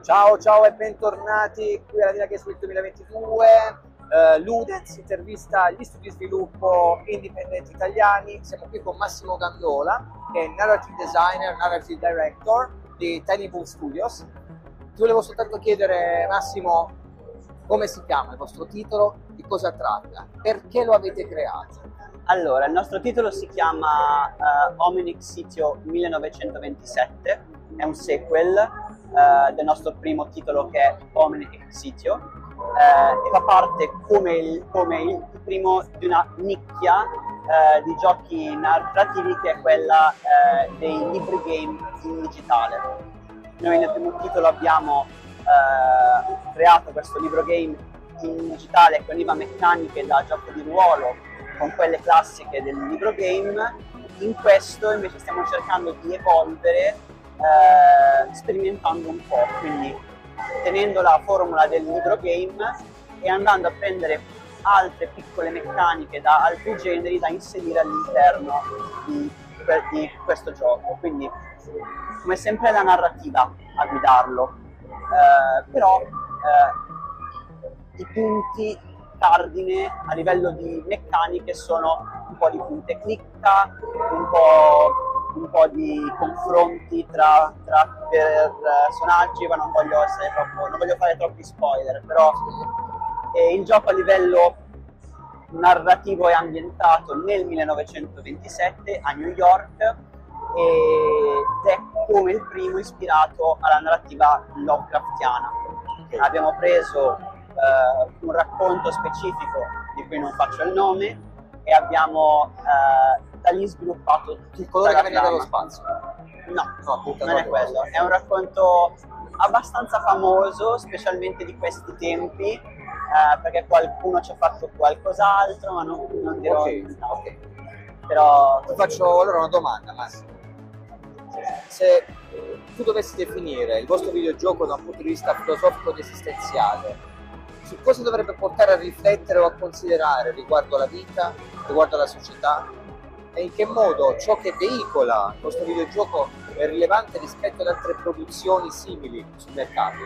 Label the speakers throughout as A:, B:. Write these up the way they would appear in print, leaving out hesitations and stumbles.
A: Ciao, ciao e bentornati qui alla Dina Games Week 2022. Ludens intervista gli studi di sviluppo indipendenti italiani. Siamo qui con Massimo Gandola, che è Narrative Designer, Narrative Director di Tiny Boom Studios. Ti volevo soltanto chiedere, Massimo, come si chiama il vostro titolo, di cosa tratta, perché lo avete creato?
B: Allora, il nostro titolo si chiama Omnic Sitio 1927, è un sequel del nostro primo titolo che è Omnic Sitio e fa parte come il primo di una nicchia di giochi narrativi che è quella dei libri game in digitale. Noi nel primo titolo abbiamo creato questo libro game in digitale che univa meccaniche da gioco di ruolo con quelle classiche del libro game. In questo invece stiamo cercando di evolvere sperimentando un po', quindi tenendo la formula del libro game e andando a prendere altre piccole meccaniche da altri generi da inserire all'interno di questo gioco. Quindi come sempre è la narrativa a guidarlo, però i punti cardine a livello di meccaniche sono un po' di punte clicca, un po' di confronti tra personaggi, ma non voglio fare troppi spoiler, però il gioco a livello narrativo è ambientato nel 1927 a New York ed è come il primo ispirato alla narrativa Lovecraftiana. Abbiamo preso un racconto specifico di cui non faccio il nome e abbiamo da lì sviluppato
A: il colore che viene dallo spazio.
B: No, non è quello, è un racconto abbastanza famoso, specialmente di questi tempi, perché qualcuno ci ha fatto qualcos'altro, ma non dirò
A: Ok.
B: Però
A: Ti faccio allora una domanda, Massimo. Se tu dovessi definire il vostro videogioco da un punto di vista filosofico ed esistenziale, su cosa dovrebbe portare a riflettere o a considerare riguardo alla vita, riguardo alla società, e in che modo ciò che veicola il vostro videogioco è rilevante rispetto ad altre produzioni simili sul mercato?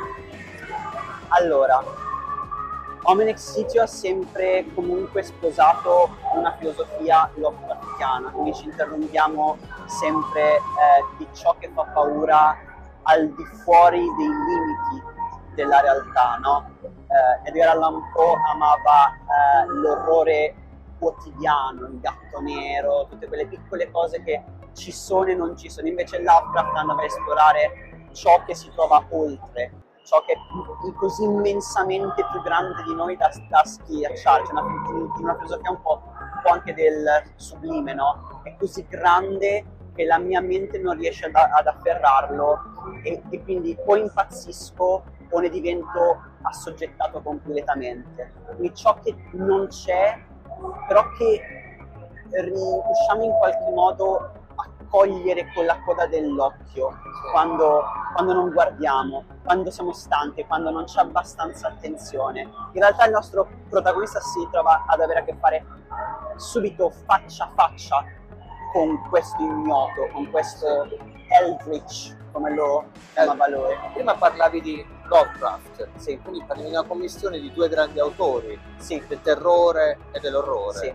B: allora, Omnic Sitio ha sempre comunque sposato una filosofia Lovecraftiana, quindi ci interroghiamo sempre di ciò che fa paura al di fuori dei limiti della realtà, no? Edgar Allan Poe amava l'orrore quotidiano, il gatto nero, tutte quelle piccole cose che ci sono e non ci sono. Invece Lovecraft andava a esplorare ciò che si trova oltre, ciò che è così immensamente più grande di noi da schiacciare. C'è una filosofia un po' anche del sublime, no? È così grande che la mia mente non riesce ad afferrarlo e quindi o impazzisco o ne divento assoggettato completamente. Quindi ciò che non c'è, però che riusciamo in qualche modo a cogliere con la coda dell'occhio quando non guardiamo, quando siamo stanchi, quando non c'è abbastanza attenzione. In realtà il nostro protagonista si trova ad avere a che fare subito faccia a faccia con questo ignoto, con questo Eldritch, come lo chiamava lui.
A: Prima parlavi di Lovecraft, sì, quindi parli di una commissione di due grandi autori,
B: Sì,
A: del terrore e dell'orrore.
B: sì.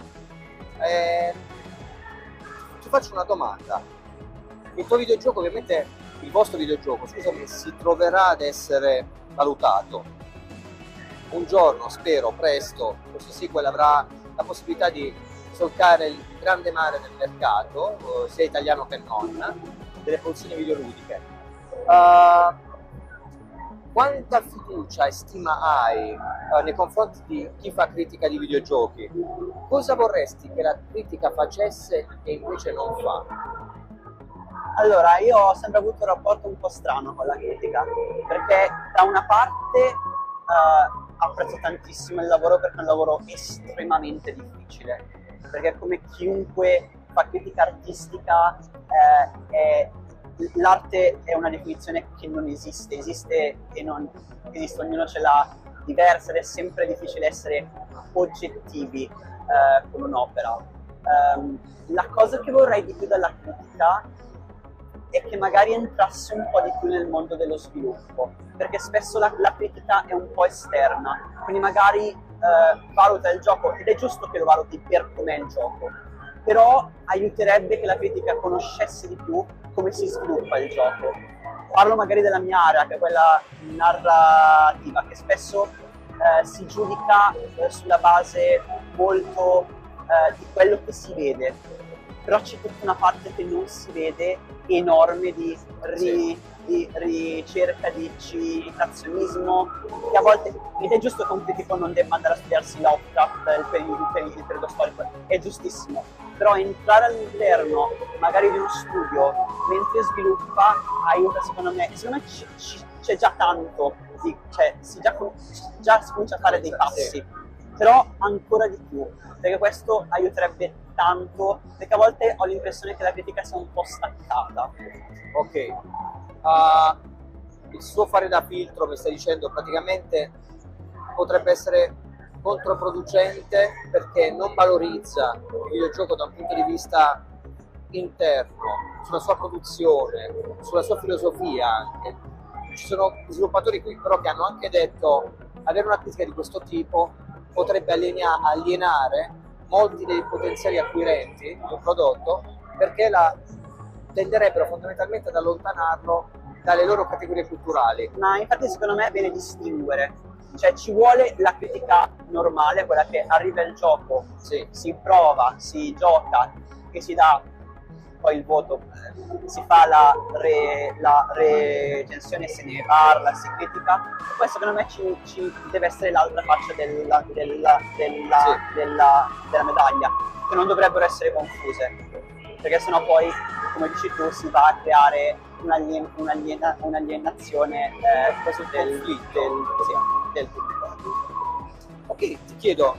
A: Ti faccio una domanda. Il tuo videogioco, ovviamente, il vostro videogioco, scusami, si troverà ad essere valutato. Un giorno, spero, presto, questo sequel avrà la possibilità di solcare il grande mare del mercato, sia italiano che non, delle produzioni videoludiche. Quanta fiducia e stima hai nei confronti di chi fa critica di videogiochi? Cosa vorresti che la critica facesse e invece non fa?
B: Allora, io ho sempre avuto un rapporto un po' strano con la critica, perché da una parte apprezzo tantissimo il lavoro perché è un lavoro estremamente difficile, perché come chiunque fa critica artistica l'arte è una definizione che non esiste, esiste e non esiste, ognuno ce l'ha diversa ed è sempre difficile essere oggettivi con un'opera. La cosa che vorrei di più dalla critica e che magari entrasse un po' di più nel mondo dello sviluppo, perché spesso la critica è un po' esterna, quindi magari valuta il gioco, ed è giusto che lo valuti per com'è il gioco, però aiuterebbe che la critica conoscesse di più come si sviluppa il gioco. Parlo magari della mia area, che è quella narrativa, che spesso si giudica sulla base molto di quello che si vede, però c'è tutta una parte che non si vede, enorme, di ricerca, di citazionismo, che a volte, ed è giusto che un critico non debba andare a studiarsi Lovecraft, il periodo storico, è giustissimo, però entrare all'interno magari di uno studio mentre sviluppa aiuta, secondo me c'è già tanto, cioè già si comincia a fare dei passi, però ancora di più, perché questo aiuterebbe tanto, perché a volte ho l'impressione che la critica sia un po' staccata.
A: Ok, il suo fare da filtro, mi stai dicendo, praticamente potrebbe essere controproducente perché non valorizza il videogioco da un punto di vista interno, sulla sua produzione, sulla sua filosofia anche. Ci sono sviluppatori qui però che hanno anche detto avere una critica di questo tipo potrebbe alienare molti dei potenziali acquirenti di un prodotto, perché tenderebbero fondamentalmente ad allontanarlo dalle loro categorie culturali.
B: Ma infatti secondo me è bene distinguere, cioè ci vuole la critica normale, quella che arriva il gioco, si prova, si gioca, che si dà poi il voto, si fa la recensione, se ne parla, si critica, e poi secondo me ci deve essere l'altra faccia della medaglia, che non dovrebbero essere confuse, perché sennò poi, come dici tu, si va a creare un'alienazione del pubblico.
A: Ok, ti chiedo,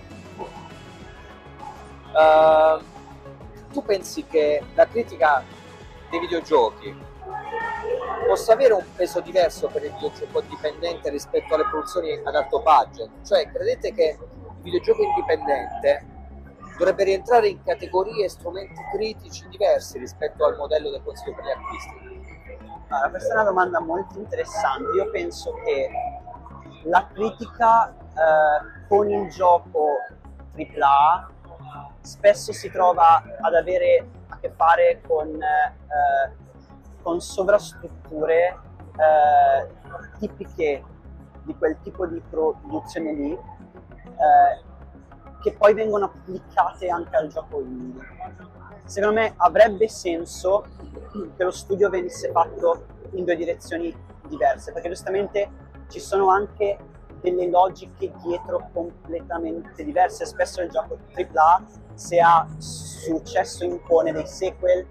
A: tu pensi che la critica dei videogiochi possa avere un peso diverso per il videogioco indipendente rispetto alle produzioni ad alto budget? Cioè, credete che il videogioco indipendente dovrebbe rientrare in categorie e strumenti critici diversi rispetto al modello del consiglio per gli acquisti?
B: Allora, questa è una domanda molto interessante. Io penso che la critica con il gioco AAA spesso si trova ad avere a che fare con sovrastrutture tipiche di quel tipo di produzione lì, che poi vengono applicate anche al gioco indie. Secondo me avrebbe senso che lo studio venisse fatto in due direzioni diverse, perché giustamente ci sono anche delle logiche dietro completamente diverse. Spesso il gioco AAA, se ha successo, impone dei sequel,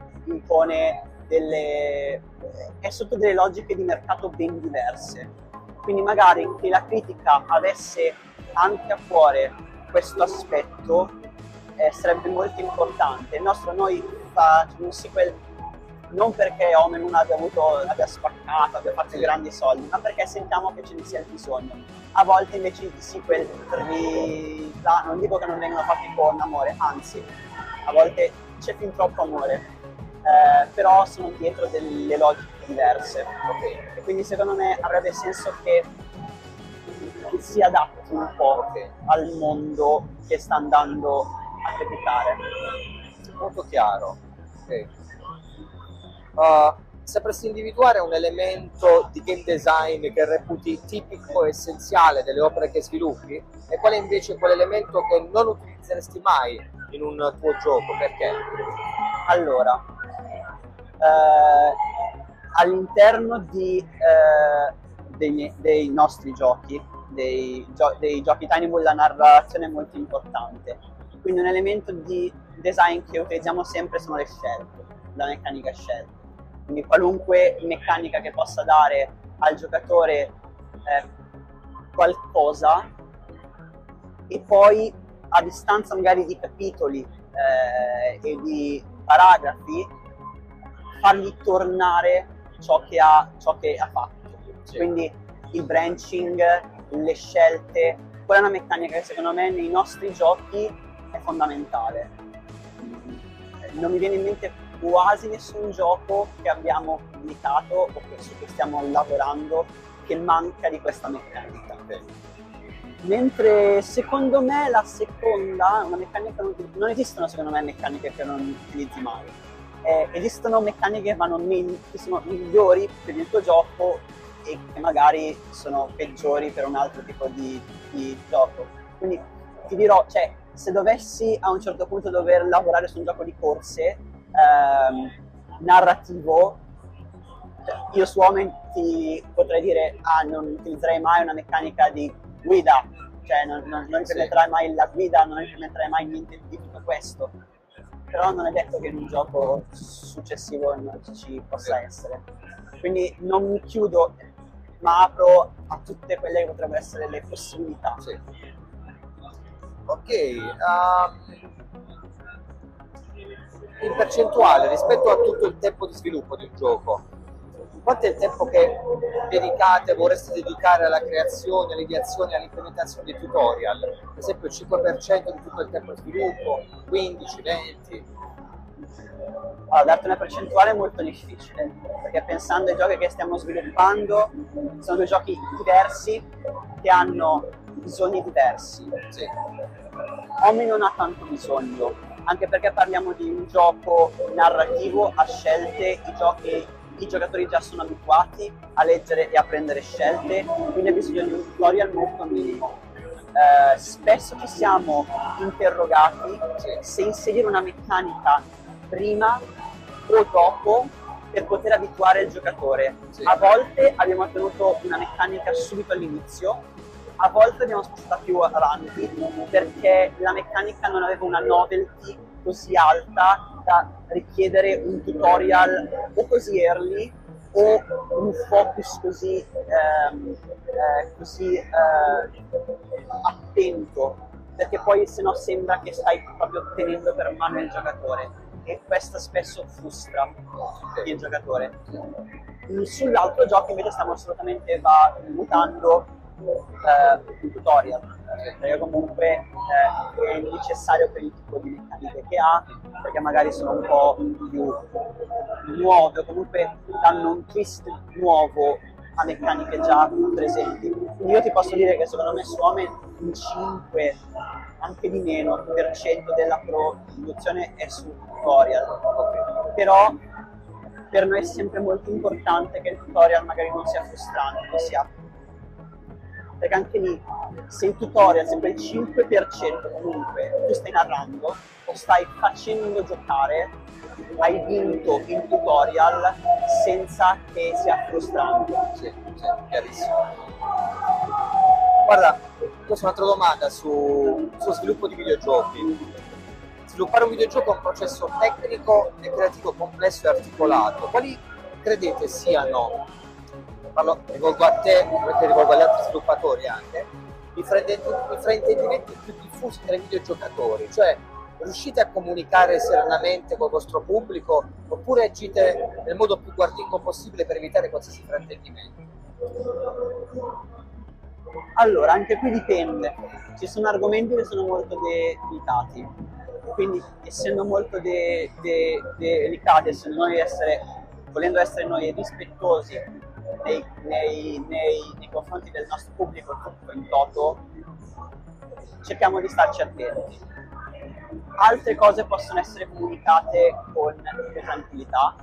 B: è sotto delle logiche di mercato ben diverse. Quindi magari che la critica avesse anche a cuore questo aspetto sarebbe molto importante. Noi facciamo un sequel non perché Omen 1 abbia spaccato, abbia fatto grandi soldi, ma perché sentiamo che ce ne sia il bisogno. A volte invece i sequel non dico che non vengono fatti con amore, anzi, a volte c'è fin troppo amore, però sono dietro delle logiche diverse. E quindi secondo me avrebbe senso che si adatti un po' al mondo che sta andando a criticare.
A: Molto chiaro. Sapresti individuare un elemento di game design che reputi tipico e essenziale delle opere che sviluppi? E qual è invece quell'elemento che non utilizzeresti mai in un tuo gioco? Perché?
B: Allora, all'interno dei nostri giochi, dei giochi Tiny Bull, la narrazione è molto importante. Quindi un elemento di design che utilizziamo sempre sono le scelte, la meccanica scelta. Quindi qualunque meccanica che possa dare al giocatore qualcosa, e poi a distanza magari di capitoli e di paragrafi fargli tornare ciò che ha fatto. Quindi il branching, le scelte, quella è una meccanica che secondo me nei nostri giochi è fondamentale. Non mi viene in mente quasi nessun gioco che abbiamo pubblicato o su cui stiamo lavorando che manca di questa meccanica. Mentre secondo me la seconda, una meccanica, non esistono secondo me meccaniche che non utilizzi mai. Esistono meccaniche che sono migliori per il tuo gioco e che magari sono peggiori per un altro tipo di gioco. Quindi ti dirò, cioè, se dovessi a un certo punto dover lavorare su un gioco di corse narrativo, io su Omen ti potrei dire non utilizzerei mai una meccanica di guida, cioè non implementerai mai la guida, non implementerai mai niente di tutto questo, però non è detto che in un gioco successivo non ci possa essere, quindi non mi chiudo ma apro a tutte quelle che potrebbero essere le possibilità.
A: Ok, in percentuale rispetto a tutto il tempo di sviluppo di un gioco, quanto è il tempo che vorreste dedicare alla creazione, all'ideazione e all'implementazione dei tutorial? Per esempio il 5% di tutto il tempo di sviluppo, 15, 20?
B: Allora, darti una percentuale è molto difficile, perché pensando ai giochi che stiamo sviluppando, sono due giochi diversi che hanno bisogni diversi.
A: Sì.
B: Omi non ha tanto bisogno, anche perché parliamo di un gioco narrativo a scelte, i giocatori già sono abituati a leggere e a prendere scelte, quindi ha bisogno di un tutorial molto minimo. Spesso ci siamo interrogati se inserire una meccanica prima o dopo per poter abituare il giocatore. A volte abbiamo ottenuto una meccanica subito all'inizio, a volte abbiamo spostato più avanti perché la meccanica non aveva una novelty così alta da richiedere un tutorial o così early o un focus così attento, perché poi se no sembra che stai proprio tenendo per mano il giocatore e questo spesso frustra il giocatore. Sull'altro gioco invece stiamo assolutamente mutando un tutorial, perché comunque è necessario per il tipo di meccaniche che ha, perché magari sono un po' più nuove o comunque danno un twist nuovo a meccaniche già presenti. Quindi io ti posso dire che secondo me su Omen un 5, anche di meno, per cento della produzione è su tutorial, però per noi è sempre molto importante che il tutorial magari non sia frustrante, perché anche lì, se il tutorial sempre il 5% comunque tu stai narrando o stai facendo giocare, hai vinto il tutorial senza che sia frustrante.
A: Sì, chiarissimo. Guarda, questa è un'altra domanda sullo sviluppo di videogiochi. Sviluppare un videogioco è un processo tecnico e creativo complesso e articolato. Quali credete siano, rivolgo a te, rivolgo agli altri sviluppatori anche, i fraintendimenti più diffusi tra i videogiocatori? Cioè, riuscite a comunicare serenamente col vostro pubblico oppure agite nel modo più guardingo possibile per evitare qualsiasi fraintendimento?
B: Allora, anche qui dipende. Ci sono argomenti che sono molto delicati, quindi essendo molto delicati, volendo essere noi rispettosi nei confronti del nostro pubblico tutto in toto, cerchiamo di starci attenti. Altre cose possono essere comunicate con più tranquillità.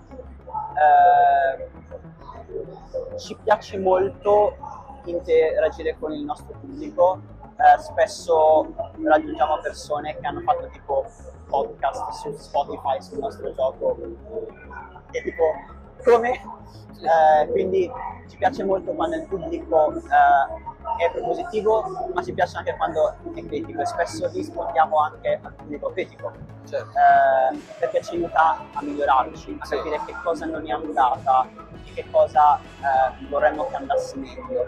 B: Ci piace molto interagire con il nostro pubblico, spesso raggiungiamo persone che hanno fatto tipo podcast su Spotify sul nostro gioco e tipo come? Quindi ci piace molto quando il pubblico è propositivo, ma ci piace anche quando è critico e spesso rispondiamo anche al pubblico critico, perché ci aiuta a migliorarci, a capire che cosa non è andata e che cosa vorremmo che andasse meglio.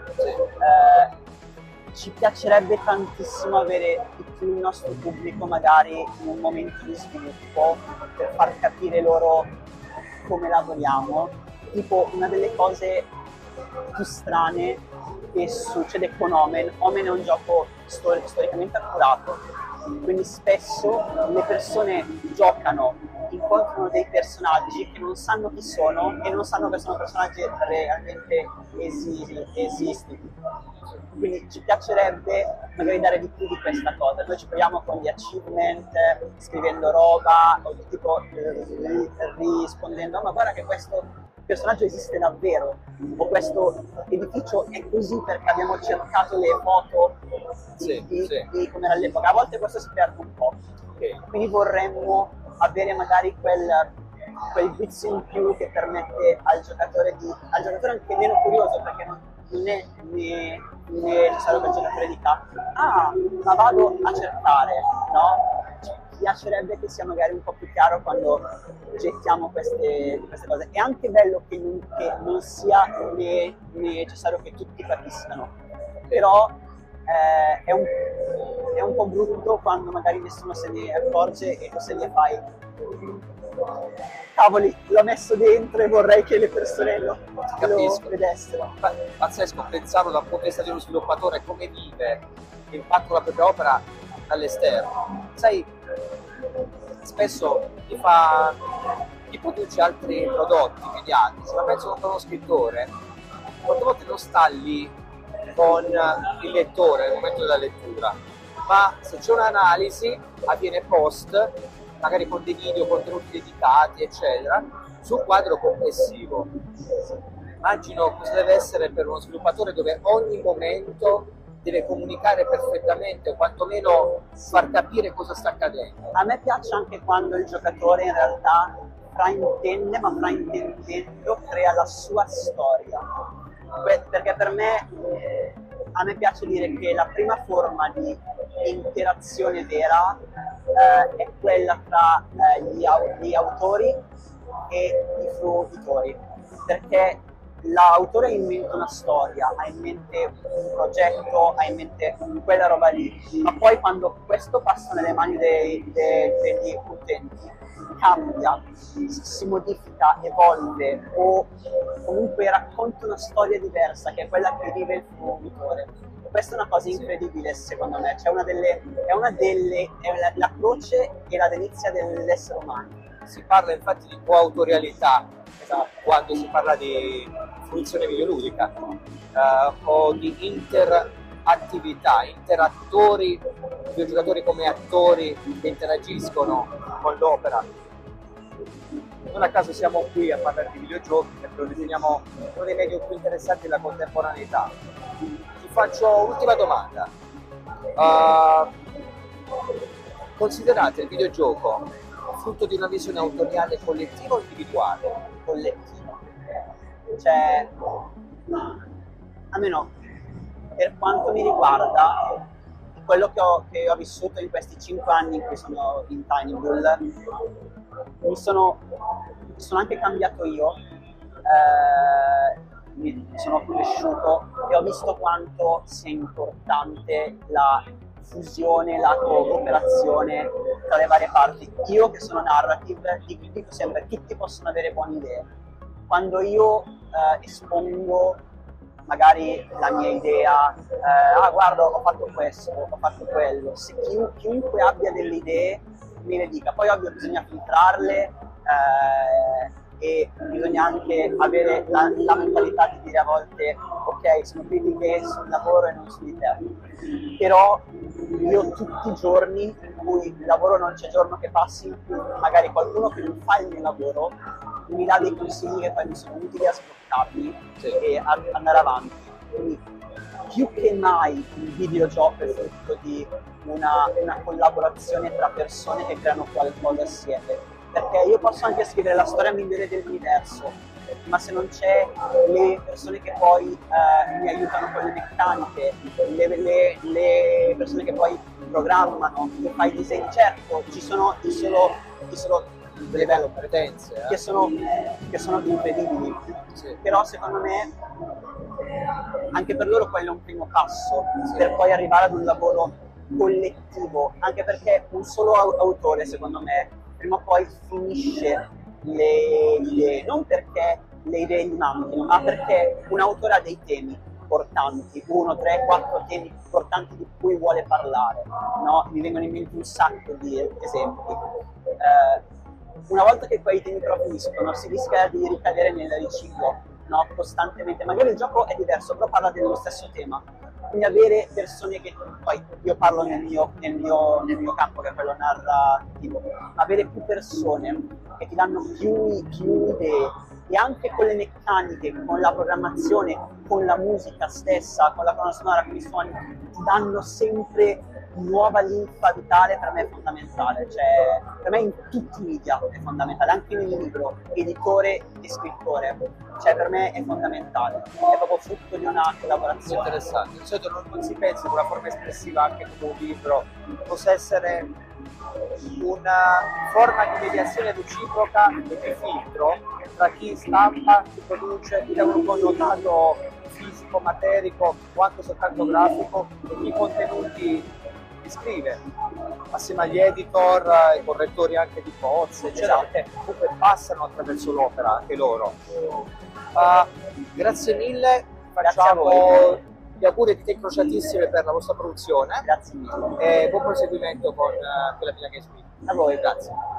B: Ci piacerebbe tantissimo avere di più il nostro pubblico magari in un momento di sviluppo per far capire loro come lavoriamo. Tipo, una delle cose più strane che succede con Omen è un gioco storicamente accurato, quindi spesso le persone giocano in incontrano dei personaggi che non sanno chi sono e non sanno che sono personaggi realmente esistenti. Quindi ci piacerebbe magari dare di più di questa cosa. Noi ci proviamo con gli achievement, scrivendo roba o tipo rispondendo: ma guarda che questo personaggio esiste davvero, o questo edificio è così perché abbiamo cercato le foto di come era all'epoca. A volte questo si perde un po', quindi vorremmo avere magari quel guizzo in più che permette al giocatore anche meno curioso, perché non è necessario che il giocatore dica: ah, ma vado a cercare, no? Ci piacerebbe che sia magari un po' più chiaro quando gettiamo queste cose. È anche bello che non sia necessario che tutti capiscano, però è un po' brutto quando magari nessuno se ne accorge e tu se ne fai: cavoli, l'ho messo dentro e vorrei che le persone lo vedessero.
A: Pazzesco pensarlo dal punto di vista di uno sviluppatore, come vive l'impatto della propria opera dall'esterno. Sai, spesso chi produce altri prodotti mediatici, ma penso che uno scrittore, molte volte non sta lì con il lettore nel momento della lettura, ma se c'è un'analisi avviene post, magari con dei video, contenuti dedicati, eccetera, sul quadro complessivo. Immagino cosa deve essere per uno sviluppatore, dove ogni momento deve comunicare perfettamente o quantomeno far capire cosa sta accadendo.
B: A me piace anche quando il giocatore in realtà fraintende, ma fraintendendo crea la sua storia. Perché per me, a me piace dire che la prima forma di interazione vera è quella tra gli autori e i fruitori, perché l'autore ha in mente una storia, ha in mente un progetto, ha in mente quella roba lì, ma poi quando questo passa nelle mani degli utenti cambia, si modifica, evolve o comunque racconta una storia diversa che è quella che vive il fruitore. Questa è una cosa incredibile secondo me, cioè è la croce e la delizia dell'essere umano.
A: Si parla infatti di coautorialità, quando si parla di fruizione videoludica o di interattività, interattori, videogiocatori come attori che interagiscono con l'opera. Non a caso siamo qui a parlare di videogiochi, perché lo riteniamo uno dei media più interessanti della contemporaneità. Ti faccio un'ultima domanda. Considerate il videogioco frutto di una visione autoriale collettiva o individuale?
B: Collettiva. Cioè, almeno per quanto mi riguarda, quello che ho vissuto in questi 5 anni in cui sono in Tiny Bull, mi sono anche cambiato io, mi sono cresciuto e ho visto quanto sia importante la fusione, la cooperazione tra le varie parti. Io che sono narrative dico sempre: tutti possono avere buone idee. Quando io espongo magari la mia idea, guarda, ho fatto questo, ho fatto quello, se chiunque abbia delle idee me le dica. Poi ovvio bisogna filtrarle e bisogna anche avere la mentalità di dire a volte: ok, sono critiche sul lavoro e non su di te. Però io tutti i giorni in cui il lavoro non c'è giorno che passi in cui magari qualcuno che non fa il mio lavoro mi dà dei consigli che poi mi sono utili a sbloccarmi e andare avanti. Quindi più che mai il videogioco è frutto di una collaborazione tra persone che creano qualcosa assieme, perché io posso anche scrivere la storia migliore dell'universo, ma se non c'è le persone che poi mi aiutano con le meccaniche, le persone che poi programmano, che fai i disegni, certo ci sono
A: delle belle competenze
B: che sono incredibili, però secondo me anche per loro quello è un primo passo per poi arrivare ad un lavoro collettivo, anche perché un solo autore secondo me prima o poi finisce le idee, non perché le idee gli manchino, ma perché un autore ha dei temi importanti, 1, 3, 4 temi importanti di cui vuole parlare, no? Mi vengono in mente un sacco di esempi. una volta che poi i temi però finiscono, si rischia di ricadere nel riciclo, no? Costantemente. Magari il gioco è diverso, però parla dello stesso tema. Quindi avere persone che, poi io parlo nel mio campo, che è quello narrativo, avere più persone che ti danno più idee, e anche con le meccaniche, con la programmazione, con la musica stessa, con la colonna sonora, con i suoni, ti danno sempre nuova linfa vitale. Per me è fondamentale, cioè per me in tutti i media è fondamentale, anche nel libro, editore e scrittore, cioè per me è fondamentale, è proprio frutto di una collaborazione.
A: Interessante, di solito non si pensa che una forma espressiva anche come un libro possa essere una forma di mediazione reciproca e di filtro tra chi stampa, chi produce, chi dà un connotato fisico, materico o anche soltanto grafico e chi contenuti li scrive, assieme agli editor, ai correttori anche di bozze, eccetera, che comunque passano attraverso l'opera anche loro. Grazie mille, facciamo gli auguri di te incrociatissime per la vostra produzione.
B: Grazie mille.
A: E buon proseguimento con la Pina Games Week.
B: A voi, grazie.